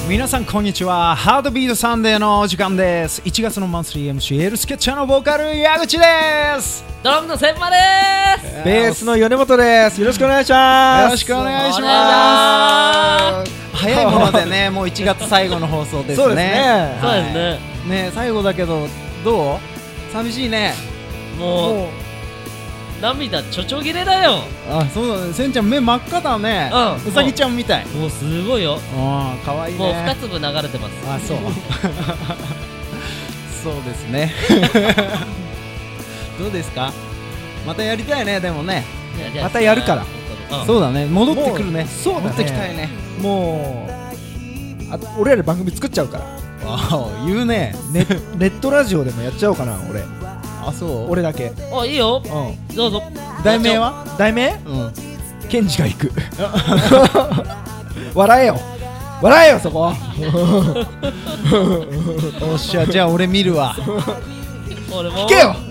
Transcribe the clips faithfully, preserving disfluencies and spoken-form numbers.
皆さんこんにちは。ハートビートサンデーのお時間です。いちがつのマンスリー エムシー エルスケッチャーのボーカル矢口です。 ドラムの千馬です。 ベースの米本です。よろしくお願いします。 よろしくお願いします。早いものでね、もういちがつ最後の放送ですね。 そうですね。 そうですね。 ね、最後だけどどう？寂しいね。 もう。もう涙ちょちょぎれだよ。 あ、そうだね。せんちゃん目真っ赤だね。うん。うさぎちゃんみたい。 もうすごいよ。 ああ、可愛いね。 もう二粒流れてます。 あ、そう。そうですね。どうですか？またやりたいね。でもね。 またやるから。 そうだね。戻ってくるね。 そうだね。 戻ってきたいね。 もうあ、俺らで番組作っちゃうから。 ああ、言うね。 ネネットラジオでもやっちゃおうかな、俺。 あ、そう。 俺だけ。 あ、いいよ。うん。どうぞ。 題名は？ 題名？ うん。 ケンジが行く。笑えよ。笑えよそこ。 おっしゃ、じゃあ俺見るわ。 俺も。 聞けよ。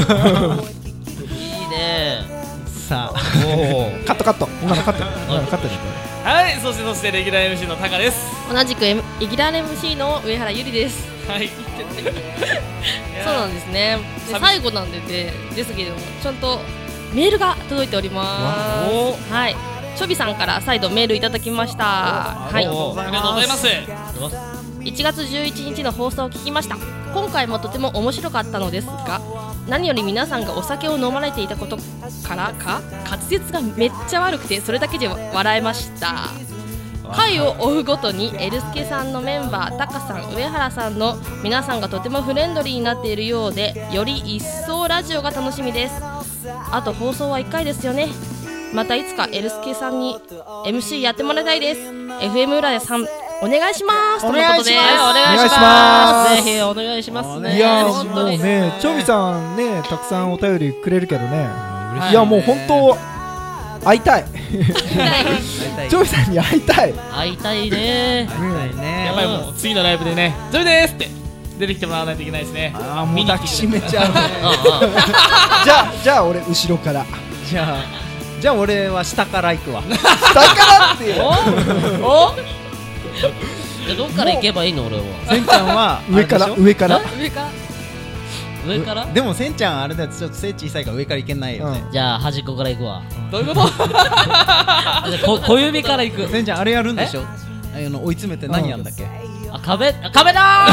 いいね。 さあ。 カットカット。今のカット。今のカットで。 はい、そしてそしてレギュラー エムシー のタカです。 同じく、M、レギュラー エムシー の上原ゆりです。 はい。 そうなんですね。で最後なんででですけれども、ちゃんとメールが届いております。はい。ちょびさんから再度メールいただきました。はい。 ありがとうございます。 いちがつじゅういちにちの放送を聞きました。今回もとても面白かったのですが、何より皆さんがお酒を飲まれていたことからか滑舌がめっちゃ悪くて、それだけで笑えました。回を追うごとにエルスケさんのメンバータカさん、上原さんの皆さんがとてもフレンドリーになっているようで、より一層ラジオが楽しみです。あと放送はいっかいですよね。またいつかエルスケさんに エムシー やってもらいたいです。 エフエム 浦安さんお願いしますとのことです。 お願いします。ぜひお願いしますね。 いやもうね、チョビさんね、たくさんお便りくれるけどね、いやもう本当会いたい。チョビさんに会いたい。 会いたいね。 やっぱりもう次のライブでね、ジョビですって出てきてもらわないといけないですね。 ああ、もう抱きしめちゃうね。 じゃあじゃあ俺後ろから。 じゃあじゃあ俺は下から行くわ。 下からって。 おお。じゃどっから行けばいいの俺は。 せんちゃんは上から上から上から上から。 でもせんちゃんあれだとちょっと背小さいから上から行けないよね。 じゃあ端っこから行くわ。 どういうこと？ こ小指から行く。 せんちゃんあれやるんでしょ？あの追い詰めて何やんだっけ？ あ、壁壁だ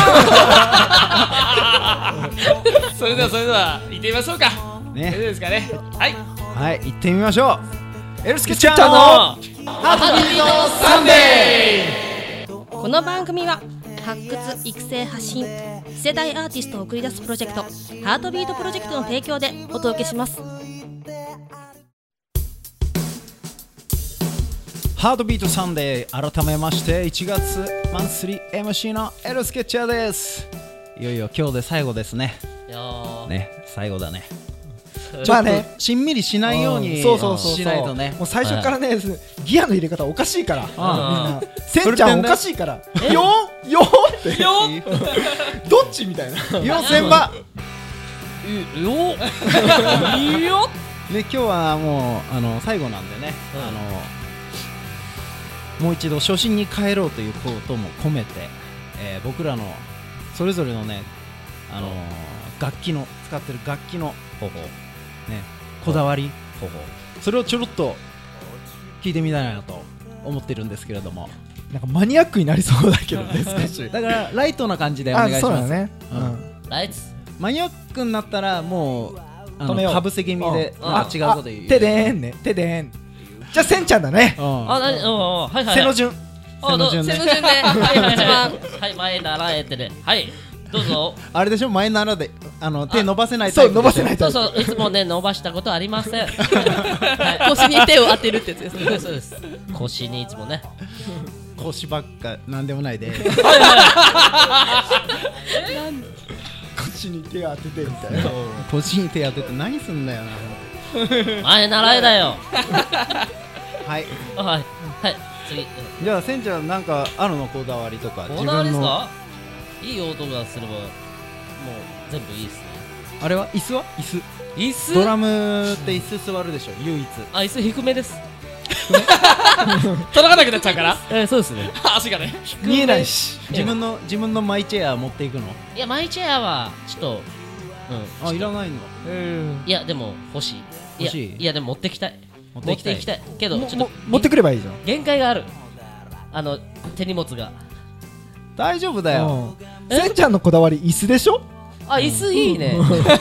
ー。それではそれでは行ってみましょうか。 ね。 大丈夫ですかね。はい。 はい、行ってみましょう。エルスケちゃんのハートビートサンデー。この番組は発掘育成発信次世代アーティストを送り出すプロジェクトハートビートプロジェクトの提供でお届けします。 ハートビートサンデー、改めましていちがつマンスリー エムシー のエルスケッチャーです。いよいよ今日で最後ですね。 いやーね、最後だね。 ちょっとしんみりしないようにしないとね。 もう最初からね、ギアの入れ方おかしいから、みんなせんちゃんおかしいから、よんよんってよどっちみたいな。 よせんばよいいよ。 ね、今日はもうあの最後なんでね、あのもう一度初心に帰ろうということも込めて、えー、僕らのそれぞれのね、あのー、楽器の使ってる楽器の方法ね、こだわり方法、それをちょろっと聞いてみたいなと思ってるんですけれども、 なんかマニアックになりそうだけどね。少しだからライトな感じでお願いします。 そうだね。 ライツマニアックになったらもう止めよう。 かぶせ気味であ違うこと言う。 手でーんね、手でーん。じゃあせんちゃんだね。 あ、なに、うん、はいはい。 背の順。 背の順ね。 背の順で、はい一番。 はい、前習えてね。はい。どうぞ。 あれでしょ、前ならであの手伸ばせないタイプ。 そう、伸ばせないタイプ。 そうそう、いつもね伸ばしたことありません。 腰に手を当てるってやつですね。 そうです。腰にいつもね。 腰ばっかなんでもないで。 腰に手を当ててみたいな。 腰に手当てて何すんだよな。 前習えだよ。 はい。 はいはい。次。 じゃあせんちゃんなんかあるの、こだわりとか。 こだわりですか？いい音がすればもう全部いいですね。 あれは椅子は椅子椅子ドラムって椅子座るでしょ、唯一。 あ、椅子低めです。 届かなくなっちゃうからえーそうですね。 足がね。 見えないし。 自分の自分のマイチェア持っていくの？ いや、マイチェアはちょっと、うん、 あ、いらないの？ うん。 いやでも欲しい。いや欲しいいやでも持ってきたい。 持持っていきたいけどもちょっとも持ってくればいいじゃん。 限界がある。あの手荷物が。 大丈夫だよ。 うんせんちゃんのこだわり椅子でしょ。 あ、椅子いいね。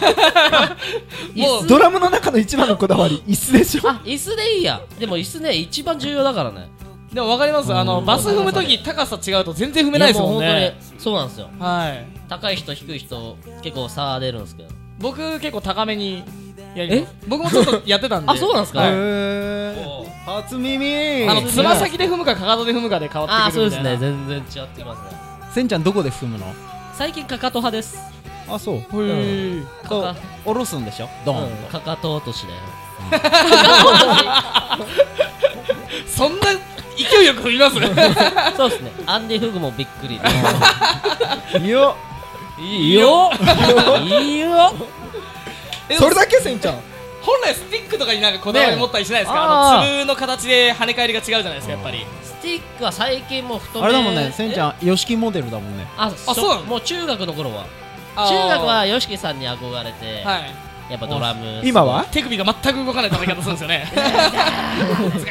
椅子ドラムの中の一番のこだわり椅子でしょ。 あ、椅子でいいや。でも椅子ね一番重要だからね。 でも分かります。あのバス踏むとき高さ違うと全然踏めないですもんいやもうね。 本当にそうなんですよ。 はい。 高い人低い人結構差出るんですけど。 僕結構高めにやります。僕もちょっとやってたんで。 あ、そうなんですか。 はいへー初耳。 あのつま先で踏むかかかとで踏むかで変わあー、 ってくるみたいな。 そうですね。全然違ってきますね。 せんちゃんどこで踏むの？ 最近かかと派です。 あ、そう。 へーこうかか下ろすんでしょ？ドーンうんかかと落としで。 そんな勢いよく踏みますそうですね。アンディ・フグもびっくり。 と。よいいよ。いいよ。 えそれだけせんちゃん。 本来スティックとかになんかこだわり持ったりしないですか？ ねああーの粒の形で跳ね返りが違うじゃないですか、やっぱり。 スティックは最近もう太め。 あれだもんね、せんちん。 ゃん、ヨシキモデルだもんね。 あ、 あそうなのもう中学の頃は。 あー中学は ヨシキさんに憧れて、 はい。 やっぱドラム。 今は手首が全く動かない叩き方するんですよね。ズガーって。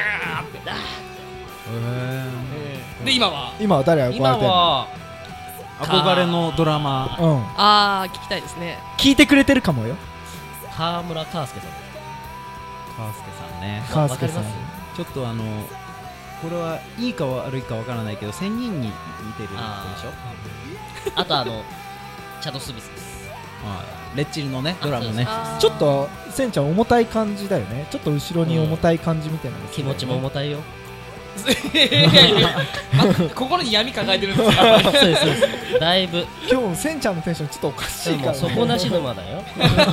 で今は今は誰憧れてん今の？ は憧れのドラマー。 うんあー聞きたいですね。 聞いてくれてるかもよ。 川村康介さん。 川介さんね。 川介さんわかりちょっとあの、これはいいか悪いかわからないけど、仙人に似てる人でしょ？ あとあのチャド・スミスです。 はいレッチリのね、ドラムね。 あーちょっとせんちゃん重たい感じだよね。ちょっと後ろに重たい感じみたいなのがす気持ちるよねも重たいよ。 いやいやいやま心に闇抱えてるんですよ。 そうですそうです。だいぶ。 今日せんちゃんのテンションちょっとおかしいからね。 もう底なし沼だよ。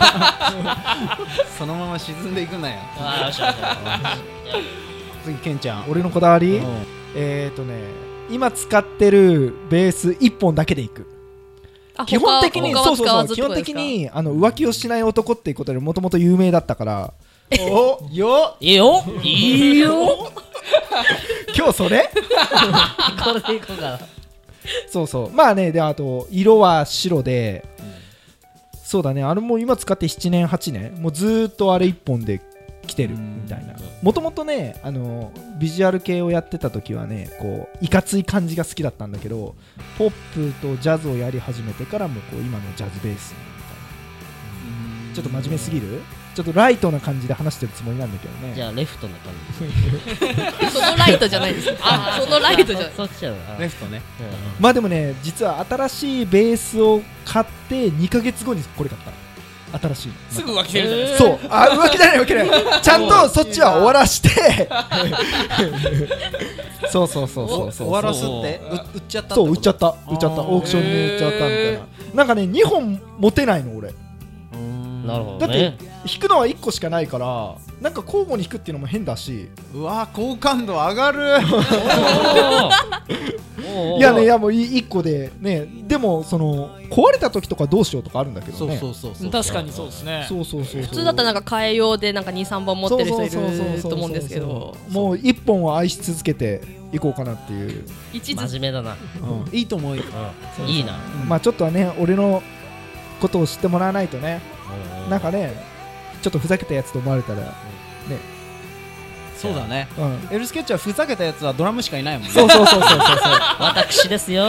そのまま沈んでいくなよ。 あーよしよしよ次、ケンちゃん。 俺のこだわり、 うんえーとね今使ってるベースいっぽんだけでいく。 あ基本的に他そうそうそう基本的にあの浮気をしない男っていうことでもともと有名だったからおよいいよいいよ。 今日それこれでいこうかな。 そうそうまあねであと色は白で、そうだねあれも今使ってななねんはちねんもうずーっとあれいっぽんで来てるみたいな。もともとねあのビジュアル系をやってた時はねこういかつい感じが好きだったんだけどポップとジャズをやり始めてからもこう今のジャズベースみたいな。ちょっと真面目すぎる？ちょっとライトな感じで話してるつもりなんだけどね。 じゃあレフトな感じ。 そのライトじゃないです。あ、そのライトじゃない。 そっちだな。 レフトね。 まあでもね実は新しいベースを買ってにかげつごにこれ買った。新しいのすぐ浮気してるじゃないですそうあ浮気じゃないわけないちゃんとそっちは終わらしてそうそうそうそうそう終わらすってう売っちゃったってことそう売っちゃった売っちゃったあーオークションに売っちゃったみたいな。なんかねにほん持てないの俺なるほだってどね。 弾くのはいっこしかないからなんか交互に弾くっていうのも変だしうわ好感度上がるいやねいやもういっこでねでもその壊れた時とかどうしようとかあるんだけどそうねそうそうそう確かにそうですね。 そうそうそう普通だったらなんか替え用でなんかにさんぼん持ってる人いると思うんですけど、 もういっぽんは愛し続けていこうかなっていう。 一途真面目だな。 うんいいと思うよ。 いいな。 まあちょっとはね俺のことを知ってもらわないとねなんかねちょっとふざけたやつと思われたらそうだね。 うんエルスケッチはふざけたやつはドラムしかいないもんね。 そうそうそうそうそうそう私ですよ。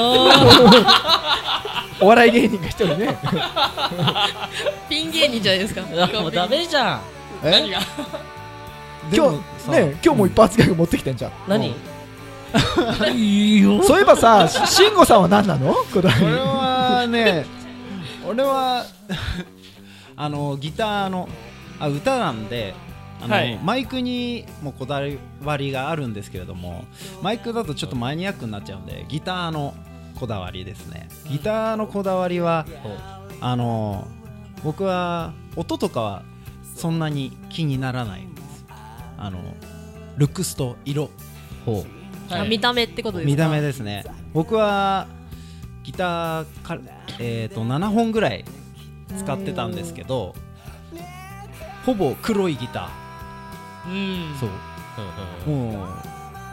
お笑い芸人が一人ねピン芸人じゃないですか。 もうダメじゃん。 何が今でもさ日ね今日も一発ギャグ持ってきてんじゃん。 何？いいよ。 そういえばさ慎吾さんは何なのこだわり俺はね、俺はあのギターのあ歌なんで、あの、 はいマイクにもこだわりがあるんですけれども、マイクだとちょっとマニアックになっちゃうんで、ギターのこだわりですね。ギターのこだわりはあの僕は音とかはそんなに気にならないんです。あのルックスと色、 ほあ見た目ってことですか。 見た目ですね。僕はギターか、えー、とななほんぐらい使ってたんですけど、ほぼ黒いギタうんー。そうう。 もう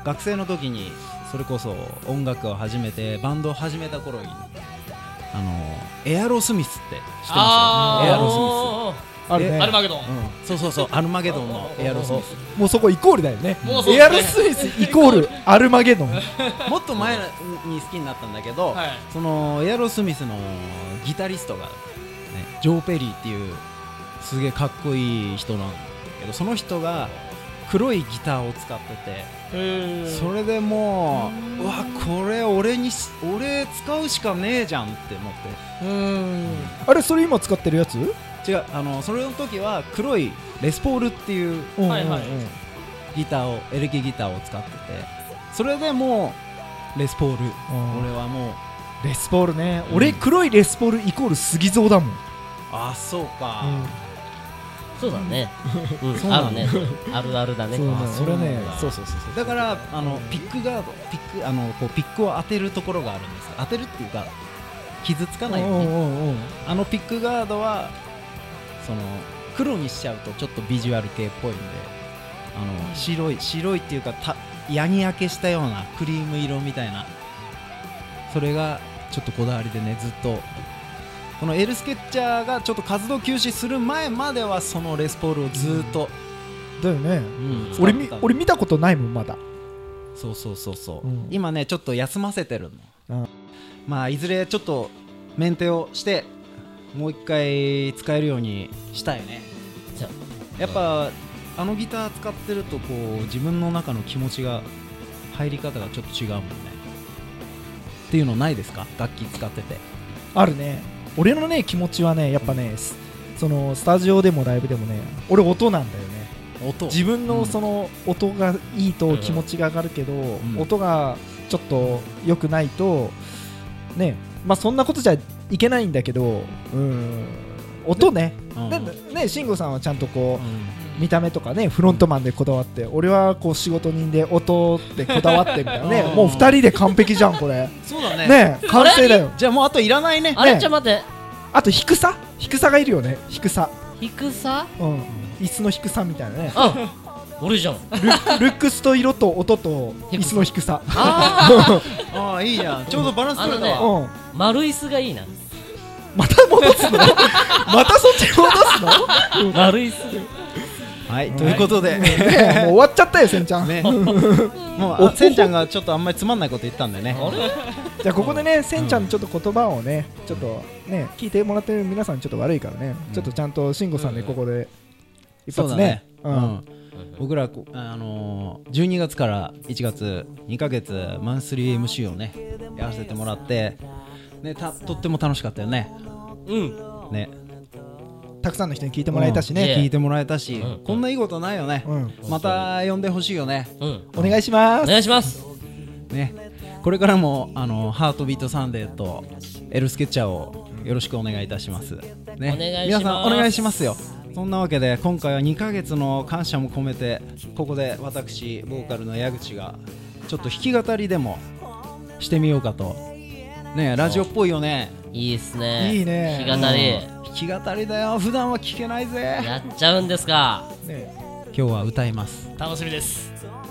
学生の時にそれこそ音楽を始めてバンドを始めた頃にあのエアロスミスって知ってますか？ あーエアロスミスあるね。 アルマゲドン。 うん、そうそうそう、アルマゲドンのエアロスミス。 もうそこイコールだよね。 もうそうですねエアロスミスイコールアルマゲドン。 もっと前に好きになったんだけど、 はい。 そのエアロスミスのギタリストが、ね、ジョー・ペリーっていうすげえかっこいい人なんだけど、その人が黒いギターを使ってて、それでもう、うわこれ俺にし俺使うしかねえじゃんって思って。 うーん。 あれそれ今使ってるやつ？ 違う、あのそれの時は黒いレスポールっていうはいはいギターをエレキギターを使ってて、それでもうレスポール、俺はもうレスポールね。 うん俺黒いレスポールイコール杉蔵だもん。 あそうか、 そうだね。うんそうなのあるね。あるあるだね。 そうなのあそう俺ねなんだそうそうそうそう。 だからあのピックガードピックあのこうピックを当てるところがあるんですよ。当てるっていうか傷つかないように、 うんうんうん。 あのピックガードはその黒にしちゃうとちょっとビジュアル系っぽいんで、あの白い白いっていうかたヤギ焼けしたようなクリーム色みたいな、それがちょっとこだわりでね、ずっとこのエルスケッチャーがちょっと活動休止する前まではそのレスポールをずっと、 だよね。 うん俺み使ってたの俺見たことないもんまだ。 そうそうそうそう、 うん今ねちょっと休ませてるの、 うんまあいずれちょっとメンテをしてもう一回使えるようにしたいね。 そうやっぱあのギター使ってるとこう自分の中の気持ちが入り方がちょっと違うもんねっていうのないですか？楽器使ってて。 あるね。俺のね気持ちはねやっぱね、すそのスタジオでもライブでもね、俺音なんだよね。 音自分うんのその音がいいと気持ちが上がるけど、 ん音がちょっと良くないとね、まあそんなことじゃいけないんだけど、うん音ね。 うんだね、慎吾さんはちゃんとこう、 うん見た目とかねフロントマンでこだわって、俺はこう仕事人で音ってこだわってみたいなね。 うんもうふたりで完璧じゃんこれ。 そうだね。 ね完成だよ。 じゃあもうあといらないね。 あれねちょっと待って。 あと低さ低さがいるよね。低さ、 低さ？ うん、椅子の低さみたいなね。 あ、俺じゃん。 ルルックスと色と音と椅子の低さ。 あああいいじゃん。ちょうどバランス取れたあわ。 うん、 あ、丸椅子がいいな。 また戻すのまたそっち戻すの、 丸椅子。 はい、ということで、 ねえもう終わっちゃったよせんちゃん、 ね、もうあせんちゃんがちょっとあんまりつまんないこと言ったんでね。 あれ？ じゃあここでねせんちゃんのちょっと言葉をねちょっとね聞いてもらってる皆さんちょっと悪いからね、ちょっとちゃんと慎吾さんでここで一発ね、 そうだね、うん僕らこあのー、じゅうにがつからいちがつにかげつマンスリー エムシー をねやらせてもらって、ね、たとっても楽しかったよね。 うん。 ね、 たくさんの人に聞いてもらえたしうんね、 聞いてもらえたし、 うんこんないいことないよね、 うん、 また呼んでほしいよね。 うん。 お願いします。 お願いします。 ね、これからもあのハートビートサンデーとエルスケッチャーをよろしくお願いいたします、ね、 お願いします皆さんお願いしますよ。そんなわけで今回はにかげつの感謝も込めて、ここで私ボーカルの矢口がちょっと弾き語りでもしてみようかと。ね、ラジオっぽいよね。 いいっすね。 いいね弾き語り。 弾き語りだよ、普段は聞けないぜ。 やっちゃうんですか。 ね今日は歌います。 楽しみです。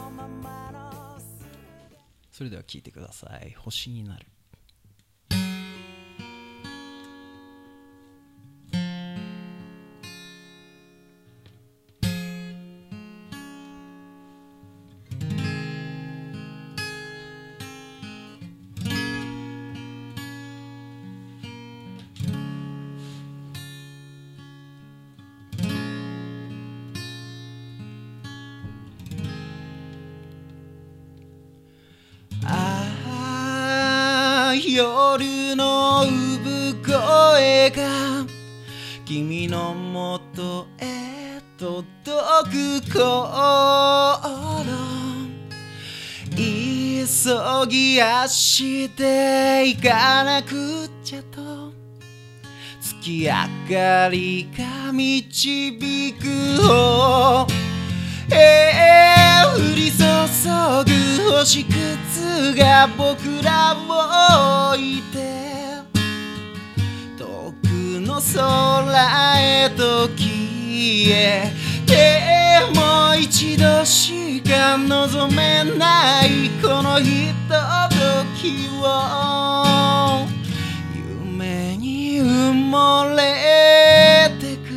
それでは聴いてください。星になる。ああ夜の産声が君のもとへ届く頃、急ぎ足で行かなくちゃと月明かりが導く方へ降り注ぐ星屑が僕らを置いて遠くの空へと消えても一一度しか望めないこのひとときを夢に埋もれてく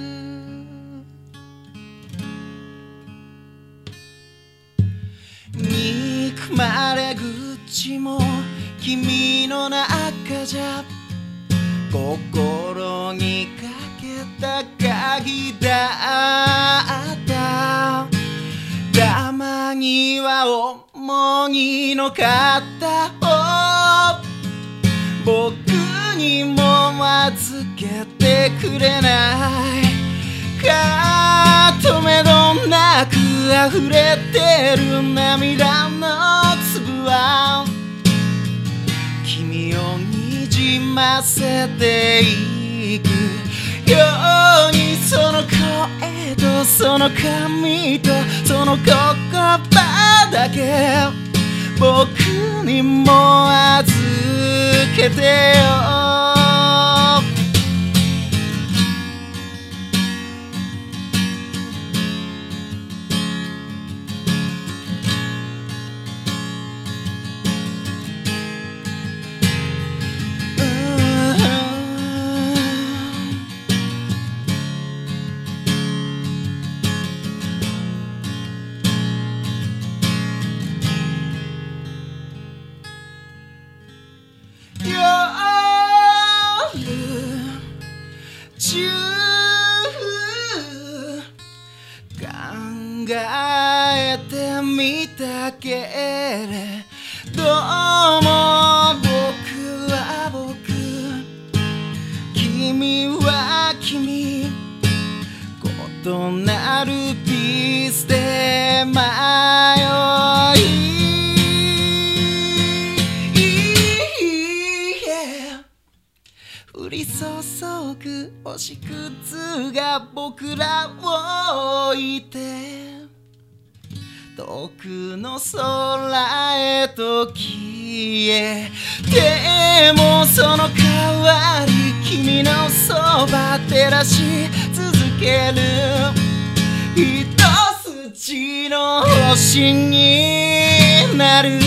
憎まれ口も君の中じゃ心にかけた鍵だったたまには重荷の肩を僕にも預けてくれないかとめどなく溢れてる涙の粒は君をにじませていくようにその声とその髪とその言葉だけ僕にも預けてよ考えてみたけれども僕は僕君は君異なるピースで迷い降り注ぐ星屑が僕らを置いて遠くの空へと消えでもその代わり君のそば照らし続ける一筋の星になる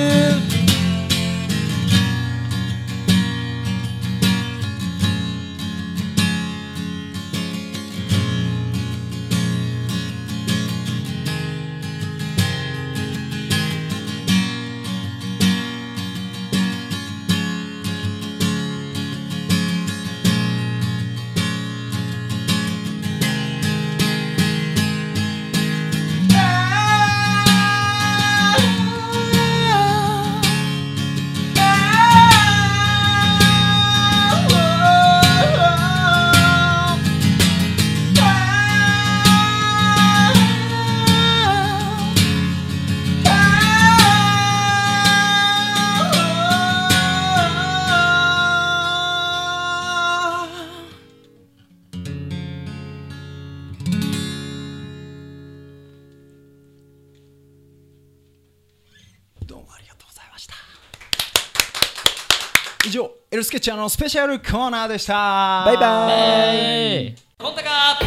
以上エルスケッチャーのスペシャルコーナーでしたバイバイコンタカはい、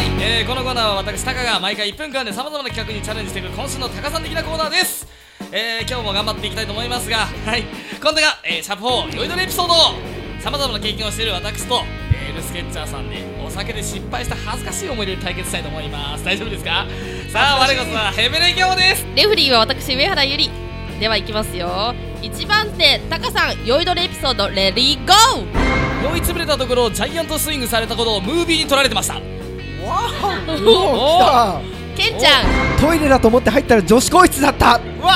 えー、このコーナーは私タカが毎回いっぷんかんでさまざまな企画にチャレンジしていく今週のタカさん的なコーナーです、えー、今日も頑張っていきたいと思いますがはいコンタカ、えー、シャープフォー酔いどれエピソードさまざまな経験をしている私と、えー、エルスケッチャーさんでお酒で失敗した恥ずかしい思い出で対決したいと思います。大丈夫ですか？さあ我こそはヘベレキョウです。 レフリーは私上原ゆりではいきますよ。いちばん手タカさん酔いどれエピソードレディーゴー。 酔いつぶれたところをジャイアントスイングされたことをムービーに撮られてました。 おお来たケンちゃんトイレだと思って入ったら女子更衣室だった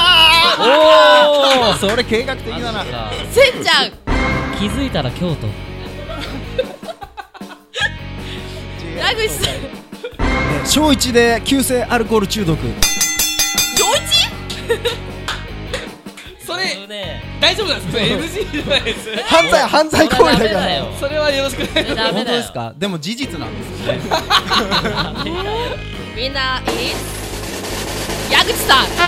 おおそれ計画的だなせんちゃん気づいたら京都ラグス小一で急性アルコール中毒小一それそれね大丈夫なんですか？ エヌジー じゃないです。 犯罪犯罪行為だかそれダメだらよそれはよろしくお願いします。 ダメだよ本当ですか？でも事実なんですよねみんな is 矢口さん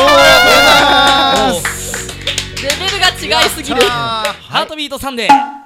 レベルが違いすぎるハートビートサンデー。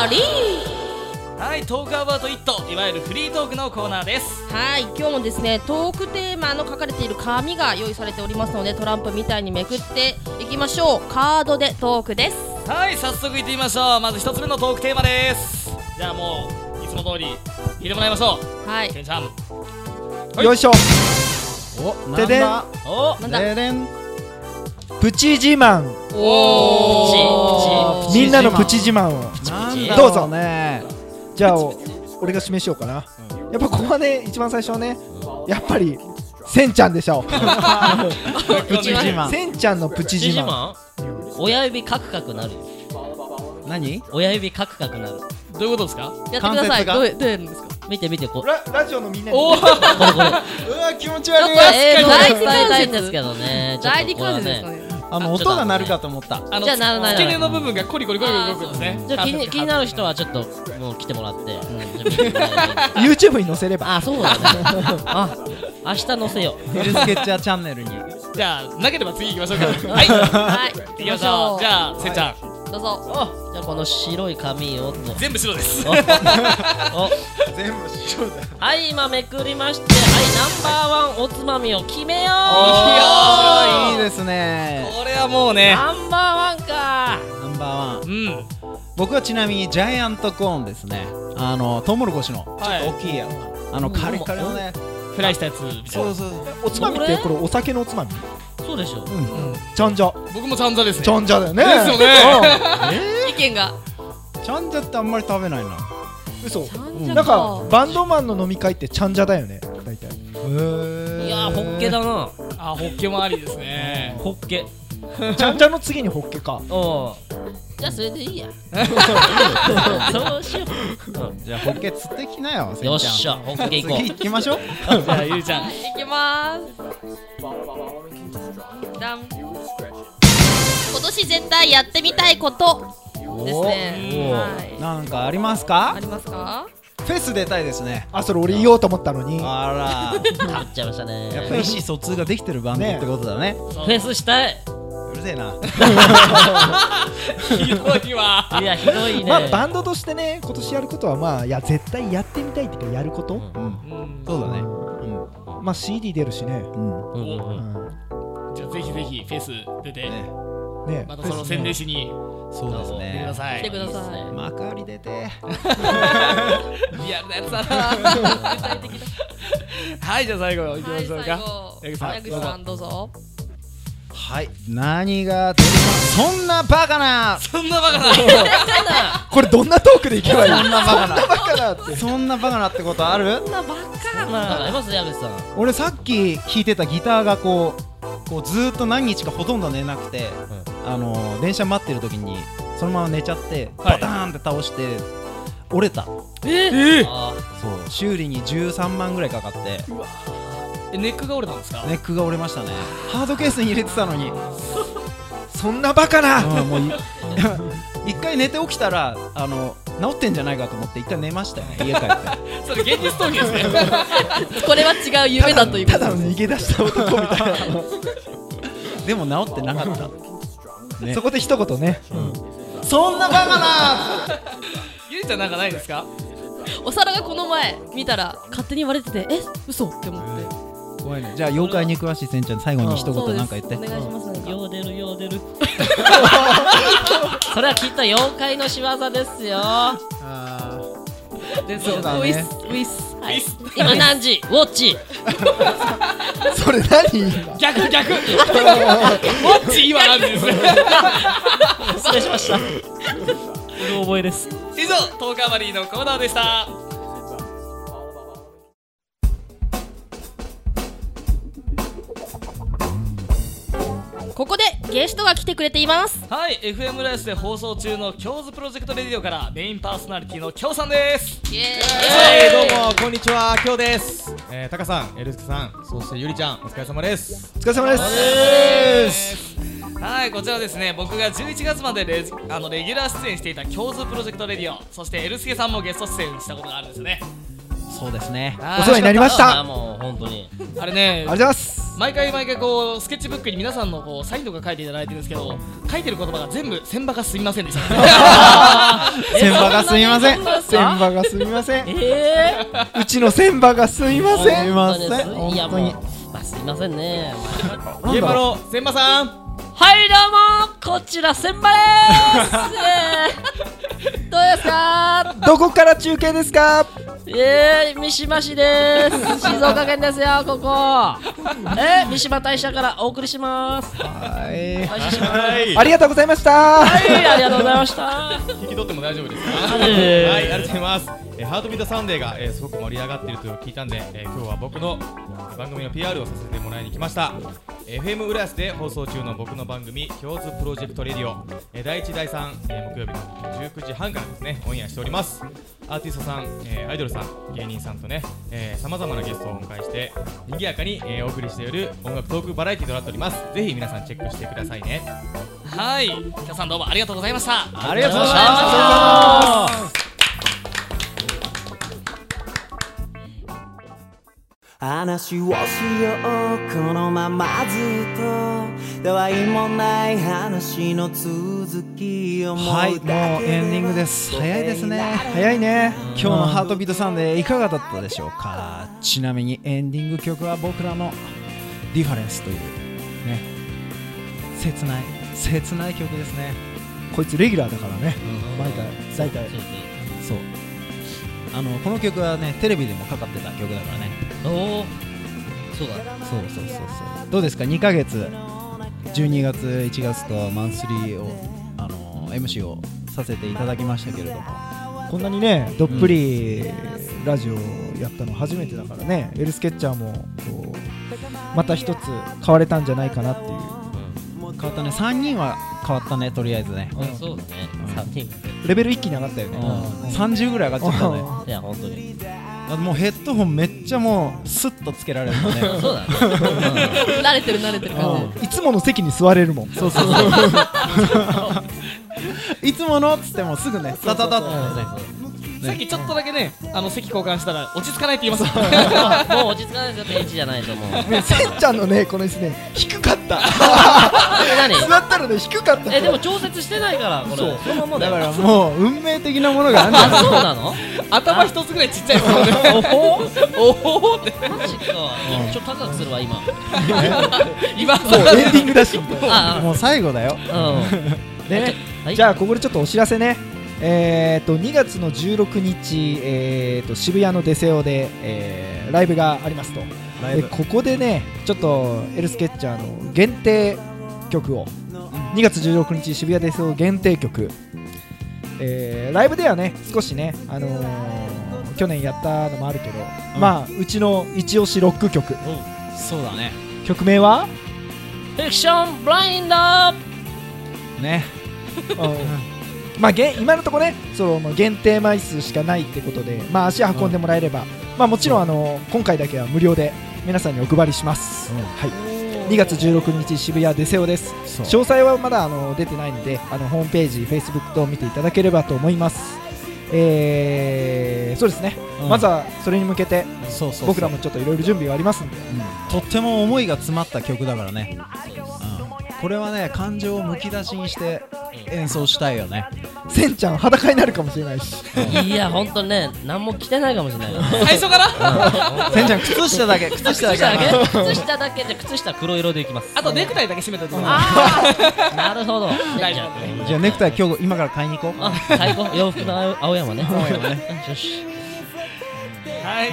わり。 はい、トークアバウトイット、いわゆるフリートークのコーナーです。 はい、今日もですねトークテーマの書かれている紙が用意されておりますので、トランプみたいにめくっていきましょう。カードでトークです。 はい、早速いってみましょう。まず一つ目のトークテーマです。じゃあもういつも通り引いてもらいましょう。 はい、 ケンちゃん、 よいしょ。 お、 ででんなんだおなんだででんプチ自慢。 おーみんなのプチ自慢を。 なんだどうぞろうね。 じゃあお俺が指名しようかな。やっぱここはね一番最初はねやっぱりせんちゃんでしょ。 プチ自慢。 せんちゃんのプチ自慢。 マン親指カクカクなるよ。 何？ 親指カクカクなる。 どういうことですか？ やってください。 関節がどうやどうやるんですか？ 見て見て、こララジオのみんなに。 おお、 これこれうわ気持ちちょっと悪い。 えー第二伝えたいん関節ですけどね。ちょっと第二関節ですかこれはね。 ね。 あの音が鳴るかと思った。 あのじゃあなるなる付け根の部分がコリコリコリコリ動くんですね。 じゃあ気に気になる人はちょっともう来てもらって。うんじゃあ見てもらえばいい YouTube に載せれば。 あ、そうだね。あ、明日載せよう。 フルスケッチャーチャンネルに。 じゃあなければ次行きましょうか。はい、 はい、 行きましょう。じゃあせんちゃん、 どうぞ。 お、じゃあこの白い紙をと。 全部白です。 おお全部白だ。 はい、今めくりまして、はい、ナンバーワンおつまみを決めよう。 おーいいですね。 これはもうね、 ナンバーワンか。 ナンバーワン。 うん、 僕はちなみにジャイアントコーンですね。あのトウモロコシのちょっと大きいやつ。あのカリカリのね。 フライしたやつみたいな。 そうそう。 おつまみってこれお酒のおつまみ。 そうでしょ。 ちゃんじゃ。 僕もちゃんざですね。 ちゃんじゃだよね。 ですよね。 意見が。 ちゃんじゃってあんまり食べないな。 嘘。 ちゃんじゃなんかバンドマンの飲み会ってちゃんじゃだよね。大体。 へいやー、ホッケだな。 あ、ホッケもありですね。 ホッケ。 ちゃんじゃの次にホッケか。 おう。じゃあそれでいいや。そうしよう。 じゃあホッケ釣ってきなよ。 よっしゃ、ホッケ行こ次行きましょう。 じゃあゆりちゃん、 いきまーす。ダン。今年絶対やってみたいことですね。はい。 なんかありますか？ ありますか？ フェス出たいですね。 あ、それ俺言おうと思ったのに。 あう。食べちゃいましたね。 ら、やっぱ意思疎通ができてるバンドってことだね。 フェスしたい。 うるせえな。 ひどいわ。 いや、ひどいね。 まあバンドとしてね今年やることはまあいや絶対やってみたいっていうかやること。 うん、 うんそうだね。 まあ シーディー 出るしね。 うん、うん。 うんうんううん。 ん。 じゃあぜひぜひフェス出て、 ね、 ね。 またその宣伝しにそうです出てくねだ。さい。 来てください。 幕張出て。 リアルなやつだな。 具体的な。 はい、じゃあ最後行きまはい、最しょうか。 後。 矢口さん矢口さんどうぞ。 はい。何が出るか。そんなバカな。 そんなバカな。 これどんなトークでいけばいい。 そんなバカな。 バカなって。 そんなバカなってことある？ そんなバカなんかありな。 ます矢口さん。 俺さっき弾いてたギターがこうこうずーっと何日かほとんど寝なくて、あのー電車待ってる時にそのまま寝ちゃってはいバターンって倒して折れた。 ええ。 あそう修理にじゅうさんまんぐらいかかってえ、ネックが折れたんですか？ ネックが折れましたね。ハードケースに入れてたのに、 そんなバカな。 うんもうい一回寝て起きたらあの治ってんじゃないかと思って一回寝ましたよね。家帰ってそれ現実逃避ですね。 これは違う夢だということただの逃げ出した男みたいな。 でも治ってなかったね。 そこで一言ね。 そんなバカな。 ゆりちゃんなんかないですか？ お皿がこの前見たら勝手に割れてて、え、嘘って思って。 怖いね。じゃあ妖怪に詳しいせんちゃん最後に一そうです言なんか言って。 お願いします。なんかよう出るよう出る。それはきっと妖怪の仕業ですよ。 あですそうだねウィスウィス。はい。 今何時？ウォッチ。 それ何？ 逆逆。ウォッチ今なんです。 失礼しました。うろ覚えです。 以上、トーカーバリーのコーナーでした。 ここでゲストが来てくれています。 はい、エフエム ライスで放送中の京ズプロジェクトレディオからメインパーソナリティの京さんです。 イエはい、どうもこんにちは、きょうです。えー、タカさん、エルスケさん、そしてゆりちゃん、お疲れ様です。 お疲れ様です。 はい、こちらですね、僕がじゅういちがつまでレジあのレギュラー出演していた京ズプロジェクトレディオ、そしてエルスケさんもゲスト出演したことがあるんですよね。 そうですね。 はいお世話になりました。 あもう本当に。 あれねありがとうございます。 毎回毎回こうスケッチブックに皆さんのこうサインとか書いていただいてるんですけど、書いてる言葉が全部千葉がすみませんでした千葉がすみません。 千葉がすみません。 えうちの千葉がすみません。 すみません。 ー、いやもうまあすいませんね。 現場の千葉さん。 はいどうもこちら千葉です。どうですか。 どこから中継ですか。 えー、三島市です。静岡県ですよここ。えー、三島大社からお送りします。 はいお願いします。 はいありがとうございました。 はいありがとうございました。 引き取っても大丈夫ですか。 えーはい、ありがとうございます。えーハートビートサンデーが、えーすごく盛り上がっていると聞いたんで、えー今日は僕の番組の ピーアール をさせてもらいに来ました。エフエム 浦安で放送中の僕の番組「京津プロジェクトレディオ」えーだいいちだいさん、えー木曜日のじゅうくじはんからですねオンエアしております。アーティストさん、えーアイドルさん、芸人さんとねさまざまなゲストをお迎えして賑やかに、えーお送りしている音楽トークバラエティとなっております。ぜひ皆さんチェックしてくださいね。 はい皆さんどうもありがとうございました。 ありがとうございありがとうございました。 話をしようこのままずっとたわいもない話の続きをはい、もうエンディングです。早いですね。 早いね。 今日のハートビートサンデーいかがだったでしょうか。ちなみにエンディング曲は僕らのディファレンスというね、切ない切ない曲ですね。 こいつレギュラーだからね。毎回大体。 そう、あのこの曲はねテレビでもかかってた曲だからね。 おおそうだ。 そうそうそうそう。どうですか。にかげつじゅうにがついちがつとマンスリーをあの エムシー をさせていただきましたけれども、 こんなにねどっぷりラジオやったの初めてだからね。エルスケッチャーもこうまた一つ変われたんじゃないかなっていう。 変わったね。さんにんは変わったね。とりあえずね、 うんそうだね。さんにんレベル一気に上がったよね。 うん、さんじゅうぐらい上がっちゃったね。 いや本当にあともうヘッドホンめっちゃもうスッとつけられるのね。 そうだね。 慣れてる慣れてる感じ。 いつもの席に座れるもん。 そうそうそういつものっつってもすぐねタタタッとね。 さっきちょっとだけねあの席交換したら落ち着かないって言います。 もう落ち着かないですよ。定位置じゃないともう。 ねせんちゃんのねこの椅子ね低かった。 え何？ 座ったらね低かった。 えでも調節してないからこれ。 そうそのままだよ。 だからもう運命的なものがあるんだあよ。 そうなの？ 頭一つぐらいちっちゃいですもんね。 おほおおってマジか。ちょっと高くするわ今。 今そうエンディングだしみたいな。 あもう最後だよ。 うん。 ねはいじゃあここでちょっとお知らせね。えー、とにがつのじゅうろくにち、えー、と渋谷のデセオで、えーライブがありますと。 ライブでここでねちょっとエルスケッチャーの限定曲をにがつじゅうろくにち渋谷デセオ限定曲、えーライブではね少しね、あのー去年やったのもあるけど、 うんまあうちの一押しロック曲、 そうだね。 曲名はフィクションブラインド。 ね。 まあ、げ今のところねそのまあ限定枚数しかないってことで、まあ、足運んでもらえれば、まあ、もちろんあの今回だけは無料で皆さんにお配りします、はい、にがつじゅうろくにち渋谷デセオです。 そう詳細はまだあの出てないのであのホームページ Facebook と見ていただければと思います。えー、そうですね、 うんまずはそれに向けてそうそうそう。 僕らもちょっといろいろ準備がありますんで、 とっても思いが詰まった曲だからね。うんこれはね感情をむき出しにして演奏したいよね。 せんちゃん裸になるかもしれないしいや本当ね何も着てないかもしれないよ。 最初からせんちゃん靴下だけ靴下だけ。 靴下だけで靴下黒色でいきます。 あとネクタイだけ締めといてください。 ああなるほど。 大丈夫じゃあネクタイ今日今から買いに行こう。 あ最高洋服の青青山ね。 青山ね。 よし。 はい。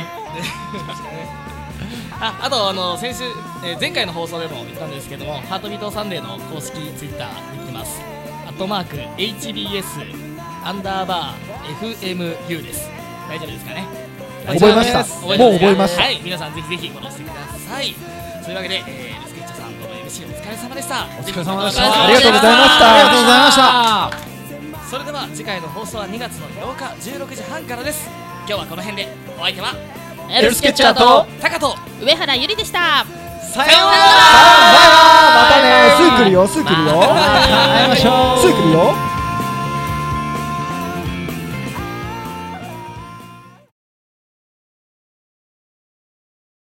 あ, あとあの先週、えー前回の放送でも言ったんですけども、ハートビートサンデーの公式ツイッター見てます。アットマーク エイチビーエス アンダーバー エフエムユー です。大丈夫ですかね。 覚えました覚えもう覚えましたはい、皆さんぜひぜひフォローしてください。そういうわけで、えー、ルスケッチャさんどうも エムシー お疲れ様でした。お疲れ様でしたありがとうございましたありがとうございました。 それでは次回の放送はにがつのようかじゅうろくじはんからです。今日はこの辺で、お相手はエルスケッチャーとタカと上原ゆりでした。 さようなら。 またねすぐ来るよすぐ来るよ会いましょう。 すぐ来るよ。